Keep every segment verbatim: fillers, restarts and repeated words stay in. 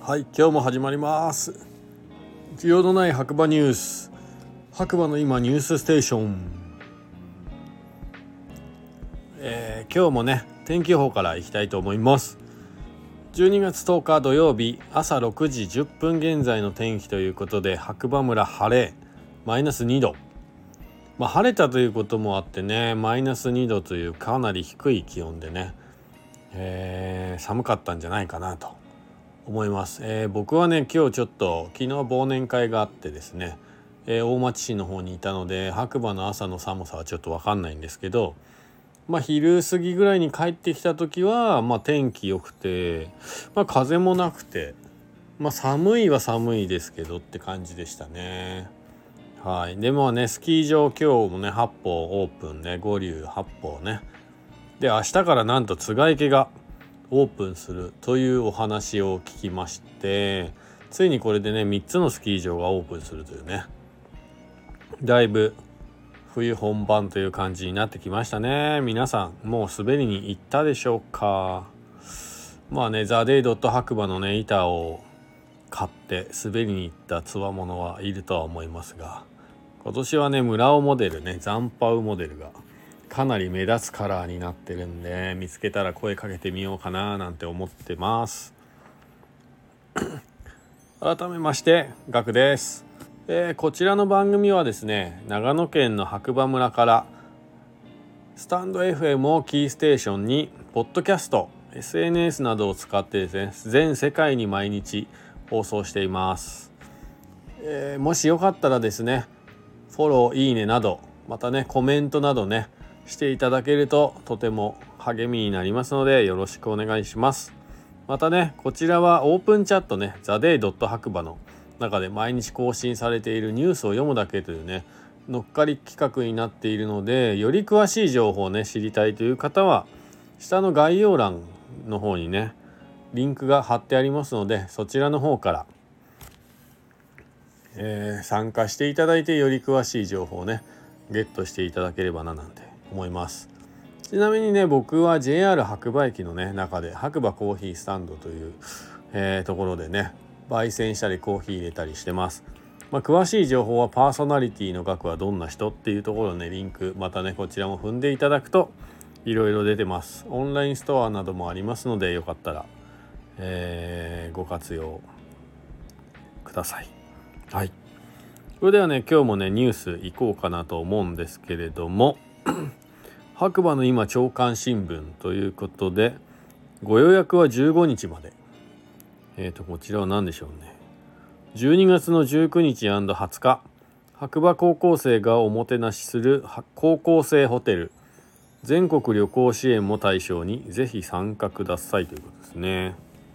はい、今日も始まります。需要のない白馬ニュース、白馬の今ニュースステーション、えー、今日もね天気予報からいきたいと思います。じゅうにがつとおか土曜日朝ろくじじゅっぷん現在の天気ということで、白馬村晴れマイナスにど、まあ、晴れたということもあってね、マイナスにどというかなり低い気温でね、えー、寒かったんじゃないかなと思います。えー、僕はね今日ちょっと昨日忘年会があってですね、えー、大町市の方にいたので白馬の朝の寒さはちょっと分かんないんですけど、まあ昼過ぎぐらいに帰ってきた時はまあ天気良くて、まあ、風もなくて、まあ寒いは寒いですけどって感じでしたね。はい。でもねスキー場今日もねはっぽうオープンね、五竜はっぽうね、で明日からなんと津軽池がオープンするというお話を聞きまして、ついにこれでねみっつのスキー場がオープンするというね、だいぶ冬本番という感じになってきましたね。皆さんもう滑りに行ったでしょうか。まあねザ・デイ・ドット白馬のね板を買って滑りに行ったつわものはいるとは思いますが、今年はね村尾モデルね、ザンパウモデルがかなり目立つカラーになってるんで、見つけたら声かけてみようかななんて思ってます。改めましてガクです。えー、こちらの番組はですね、長野県の白馬村からスタンド エフエム をキーステーションにポッドキャスト、エスエヌエス などを使ってですね、全世界に毎日放送しています。えー、もしよかったらですね、フォロー、いいねなど、またねコメントなどねしていただけるととても励みになりますのでよろしくお願いします。またねこちらはオープンチャットね、ザデイドット白馬の中で毎日更新されているニュースを読むだけというね乗っかり企画になっているので、より詳しい情報をね知りたいという方は下の概要欄の方にねリンクが貼ってありますので、そちらの方から、えー、参加していただいてより詳しい情報をねゲットしていただければななんて思います。ちなみにね僕は ジェイアール 白馬駅のね中で白馬コーヒースタンドという、えー、ところでね焙煎したりコーヒー入れたりしてます。まあ、詳しい情報はパーソナリティの額はどんな人っていうところねリンクまたねこちらも踏んでいただくといろいろ出てます。オンラインストアなどもありますのでよかったら、えー、ご活用ください。はい。それではね今日もねニュース行こうかなと思うんですけれども白馬の今朝刊新聞ということで、ご予約はじゅうごにちまで。えーとこちらは何でしょうね。じゅうにがつのじゅうくにちはつか、白馬高校生がおもてなしする高校生ホテル全国旅行支援も対象にぜひ参加くださいということですね。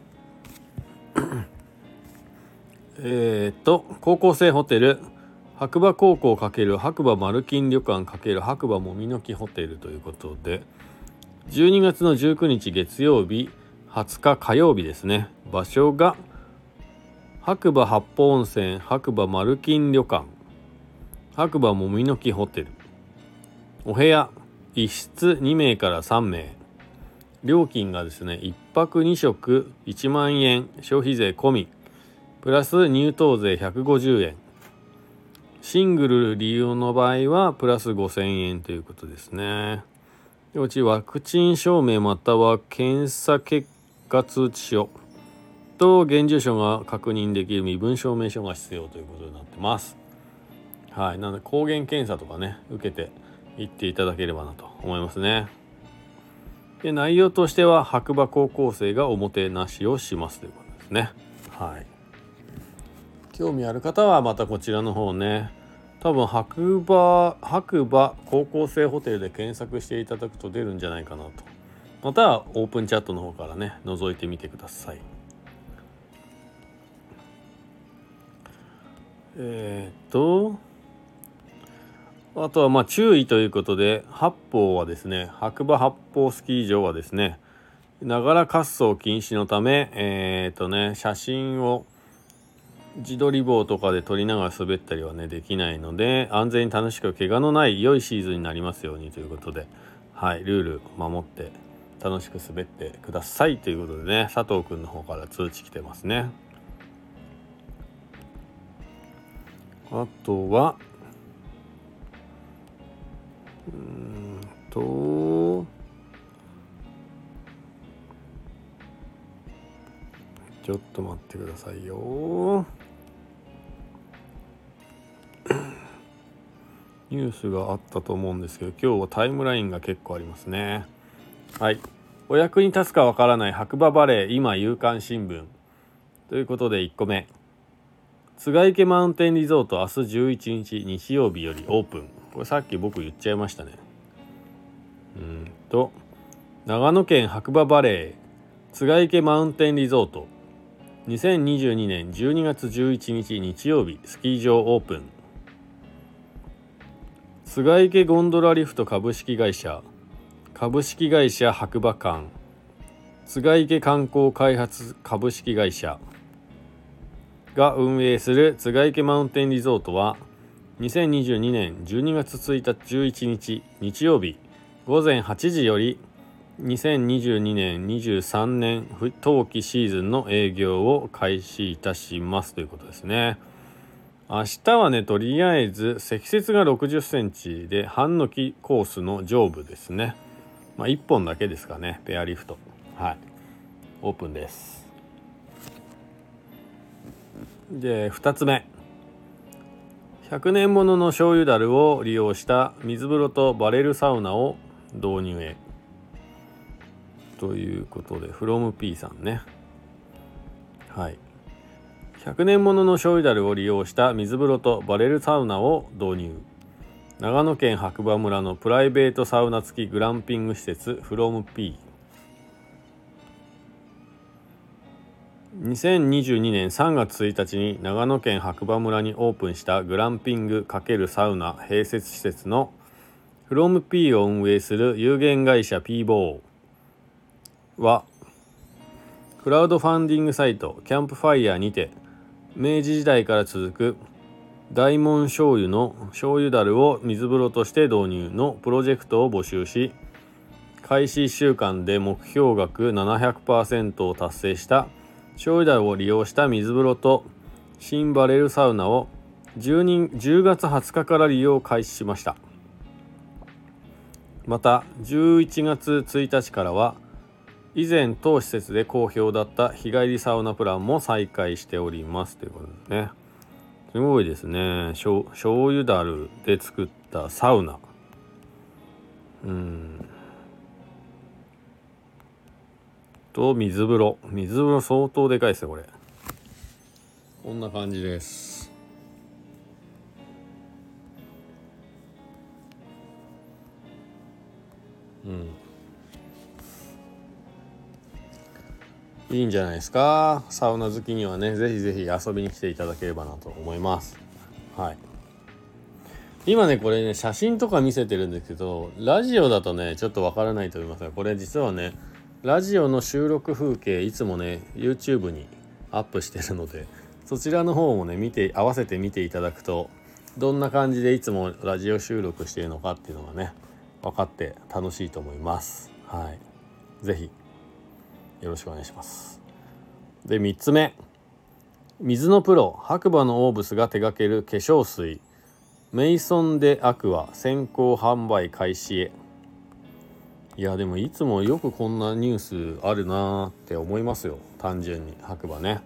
えーと高校生ホテル白馬高校×白馬マルキン旅館×白馬もみの木ホテルということで、じゅうにがつのじゅうくにち月曜日、はつか火曜日ですね。場所が白馬八方温泉白馬マルキン旅館白馬もみの木ホテル。お部屋いっしつにめいからさんめい、料金がですねいっぱくにしょくいちまんえん、消費税込みプラス入湯税ひゃくごじゅうえん、シングル利用の場合はプラスごせんえんということですね。うちワクチン証明または検査結果通知書と現住所が確認できる身分証明書が必要ということになってます。はい。なので抗原検査とかね受けて行っていただければなと思いますね。で内容としては白馬高校生がおもてなしをしますということですね。はい。興味ある方はまたこちらの方ね、多分白馬白馬高校生ホテルで検索していただくと出るんじゃないかなと。またはオープンチャットの方からね覗いてみてください。えー、っとあとはまあ注意ということで、八方はですね白馬八方スキー場はですねながら滑走禁止のため、えー、っとね写真を自撮り棒とかで撮りながら滑ったりはねできないので、安全に楽しく怪我のない良いシーズンになりますようにということで、はいルール守って楽しく滑ってくださいということでね、佐藤くんの方から通知来てますね。 あとはうーんとちょっと待ってくださいよ。ニュースがあったと思うんですけど、今日はタイムラインが結構ありますね。はい。お役に立つかわからない白馬バレー今夕刊新聞ということでいっこめ、津賀池マウンテンリゾート明日じゅういちにち日曜日よりオープン。これさっき僕言っちゃいましたね。うんと長野県白馬バレー津賀池マウンテンリゾートにせんにじゅうにねんじゅうにがつじゅういちにち日曜日スキー場オープン。津賀池ゴンドラリフト株式会社株式会社白馬館津賀池観光開発株式会社が運営する津賀池マウンテンリゾートはにせんにじゅうにねんじゅうにがつついたちじゅういちにち日曜日ごぜんはちじよりにせんにじゅうにねんにじゅうさんねん冬季シーズンの営業を開始いたしますということですね。明日はね、とりあえず積雪がろくじゅっセンチで半の木コースの上部ですね。まあいっぽんだけですかね、ペアリフト。はい。オープンです。で、ふたつめ。ひゃくねんものの醤油樽を利用した水風呂とバレルサウナを導入へ。ということで、フロム P さんね。はい。ひゃくねんものの醤油樽を利用した水風呂とバレルサウナを導入。長野県白馬村のプライベートサウナ付きグランピング施設フロム P。にせんにじゅうにねんさんがつついたちに長野県白馬村にオープンしたグランピング×サウナ併設施設のフロム P を運営する有限会社 P ボーはクラウドファンディングサイトキャンプファイヤーにて明治時代から続く大門醤油の醤油樽を水風呂として導入のプロジェクトを募集し、開始いっしゅうかんで目標額 ななひゃくパーセント を達成した醤油樽を利用した水風呂と新バレルサウナをじゅうがつはつかから利用開始しました。またじゅういちがつついたちからは以前当施設で好評だった日帰りサウナプランも再開しておりますということですね。すごいですね。醤油樽で作ったサウナ。うんと水風呂。水風呂相当でかいですねこれ。こんな感じです。うんいいんじゃないですか。サウナ好きにはね、ぜひぜひ遊びに来ていただければなと思います。はい。今ね、これね、写真とか見せてるんですけど、ラジオだとね、ちょっとわからないと思いますが、これ実はね、ラジオの収録風景、いつもね、YouTube にアップしてるので、そちらの方もね、見て、合わせて見ていただくと、どんな感じでいつもラジオ収録しているのかっていうのがね、分かって楽しいと思います。はい。ぜひ。よろしくお願いします。でみっつめ、水のプロ白馬のオーブスが手掛ける化粧水メイソン・デ・アクア先行販売開始へ。いやでもいつもよくこんなニュースあるなって思いますよ。単純に白馬ね。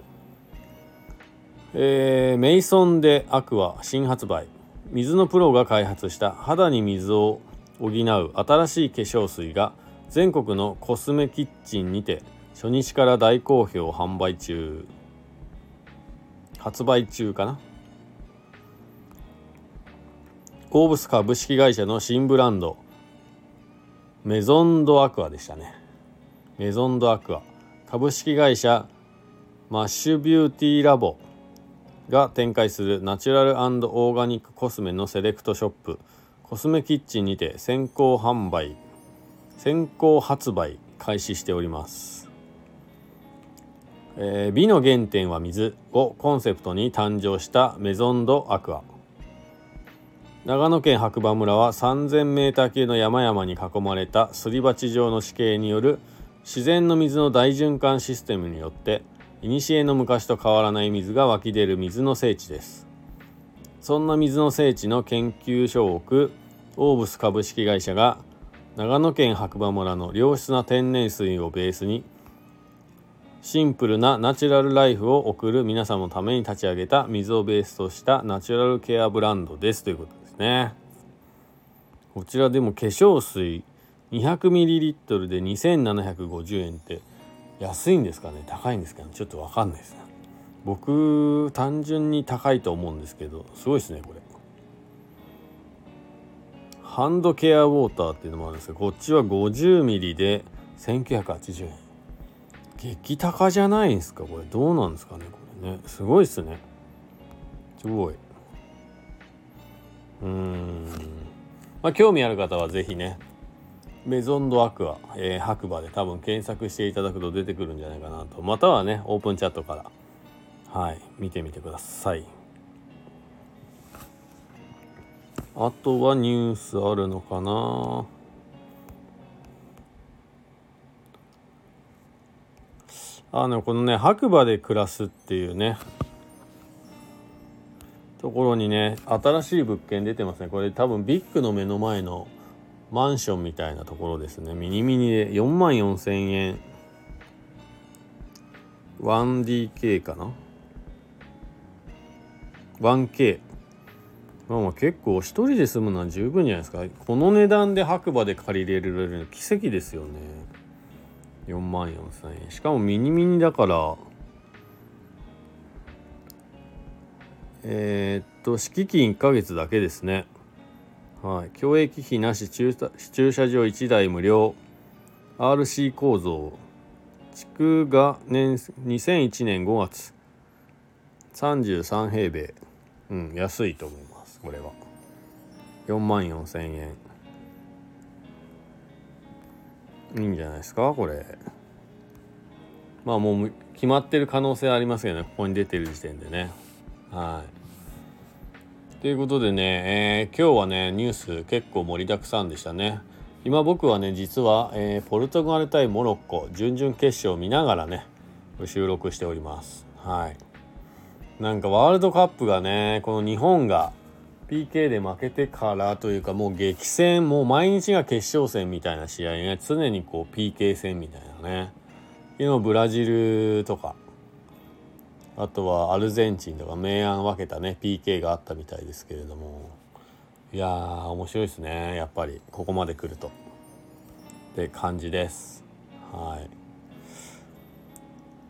えー、メイソン・デ・アクア新発売。水のプロが開発した肌に水を補う新しい化粧水が全国のコスメキッチンにて初日から大好評販売中発売中かな。オーブス株式会社の新ブランドメゾンドアクアでしたね。メゾンドアクア株式会社マッシュビューティーラボが展開するナチュラル&オーガニックコスメのセレクトショップコスメキッチンにて先行販売先行発売開始しております。えー、美の原点は水をコンセプトに誕生したメゾンドアクア。長野県白馬村はさんぜんメーター級の山々に囲まれたすり鉢状の地形による自然の水の大循環システムによって古の昔と変わらない水が湧き出る水の聖地です。 そんな水の聖地の研究所を置くオーブス株式会社が長野県白馬村の良質な天然水をベースにシンプルなナチュラルライフを送る皆様のために立ち上げた水をベースとしたナチュラルケアブランドですということですね。こちらでも化粧水 にひゃくミリリットル でにせんななひゃくごじゅうえんって安いんですかね、高いんですかね、ちょっと分かんないですね。僕単純に高いと思うんですけど、すごいですねこれ。ハンドケアウォーターっていうのもあるんですけど、こっちは ごじゅうミリ でせんきゅうひゃくはちじゅうえん。激高じゃないんですかこれ。どうなんですかねこれね。すごいっすね。すごい。うーんまあ興味ある方はぜひね、メゾンドアクア、えー、白馬で多分検索していただくと出てくるんじゃないかなと。またはねオープンチャットからはい見てみてください。あとはニュースあるのかな。あのこのね白馬で暮らすっていうねところにね新しい物件出てますね。これ多分ビッグの目の前のマンションみたいなところですね。ミニミニでよんまんよんせんえん ワンディーケー かな ワンケー。 まあまあ結構一人で住むのは十分じゃないですか。この値段で白馬で借りれるの奇跡ですよね。よんまんよんせんえん、しかもミニミニだからえー、っと敷金いっかげつだけですね。はい、共益費なし、駐駐車場いちだい無料、 アールシー 構造、築が年にせんいちねんごがつ、さんじゅうさんへいべい。うん、安いと思います。これはよんまんよんせんえん、いいんじゃないですかこれ。まあもう決まってる可能性ありますよね、ここに出てる時点でね。はいということでね、えー、今日はねニュース結構盛りだくさんでしたね。今僕はね実は、えー、ポルトガル対モロッコ準々決勝を見ながらね収録しております。はい。なんかワールドカップがね、この日本が ピーケー で負けてからというか、もう激戦、もう毎日が決勝戦みたいな試合ね、常にこう ピーケー 戦みたいなね。今ブラジルとかあとはアルゼンチンとか明暗分けたね ピーケー があったみたいですけれども、いやー面白いですね。やっぱりここまで来るとって感じです。はい。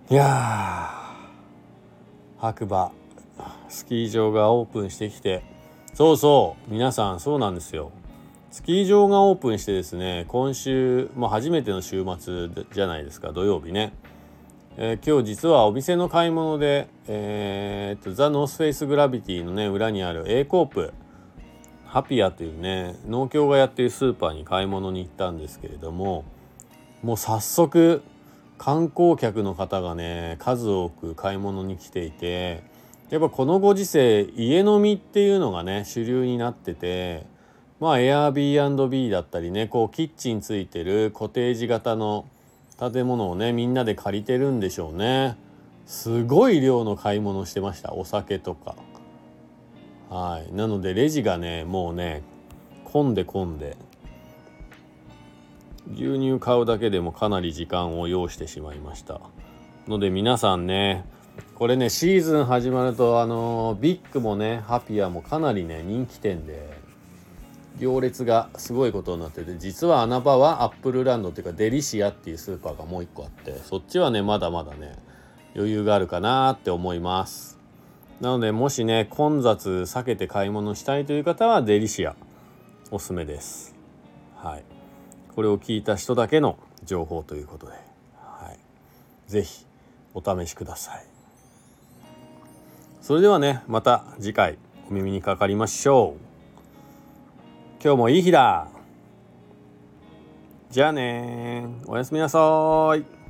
いやー白馬スキー場がオープンしてきて、そうそう皆さんそうなんですよ。スキー場がオープンしてですね、今週もう初めての週末じゃないですか、土曜日ね。えー、今日実はお店の買い物で、えー、っとザ・ノースフェイスグラビティのね裏にある A コープハピアというね農協がやっているスーパーに買い物に行ったんですけれども、もう早速観光客の方がね数多く買い物に来ていて、やっぱこのご時世家飲みっていうのがね主流になってて、まあ Airbnb だったりね、こうキッチンついてるコテージ型の建物をねみんなで借りてるんでしょうね。すごい量の買い物してました、お酒とか。はいなのでレジがねもうね混んで混んで、牛乳買うだけでもかなり時間を要してしまいましたので、皆さんねこれねシーズン始まるとあのビッグもねハピアもかなりね人気店で行列がすごいことになってて、実は穴場はアップルランドっていうかデリシアっていうスーパーがもう一個あって、そっちはねまだまだね余裕があるかなって思います。なのでもしね混雑避けて買い物したいという方はデリシアおすすめです。はいこれを聞いた人だけの情報ということで、はい、ぜひお試しください。それではねまた次回お耳にかかりましょう。今日もいい日だ。じゃあねおやすみなさい。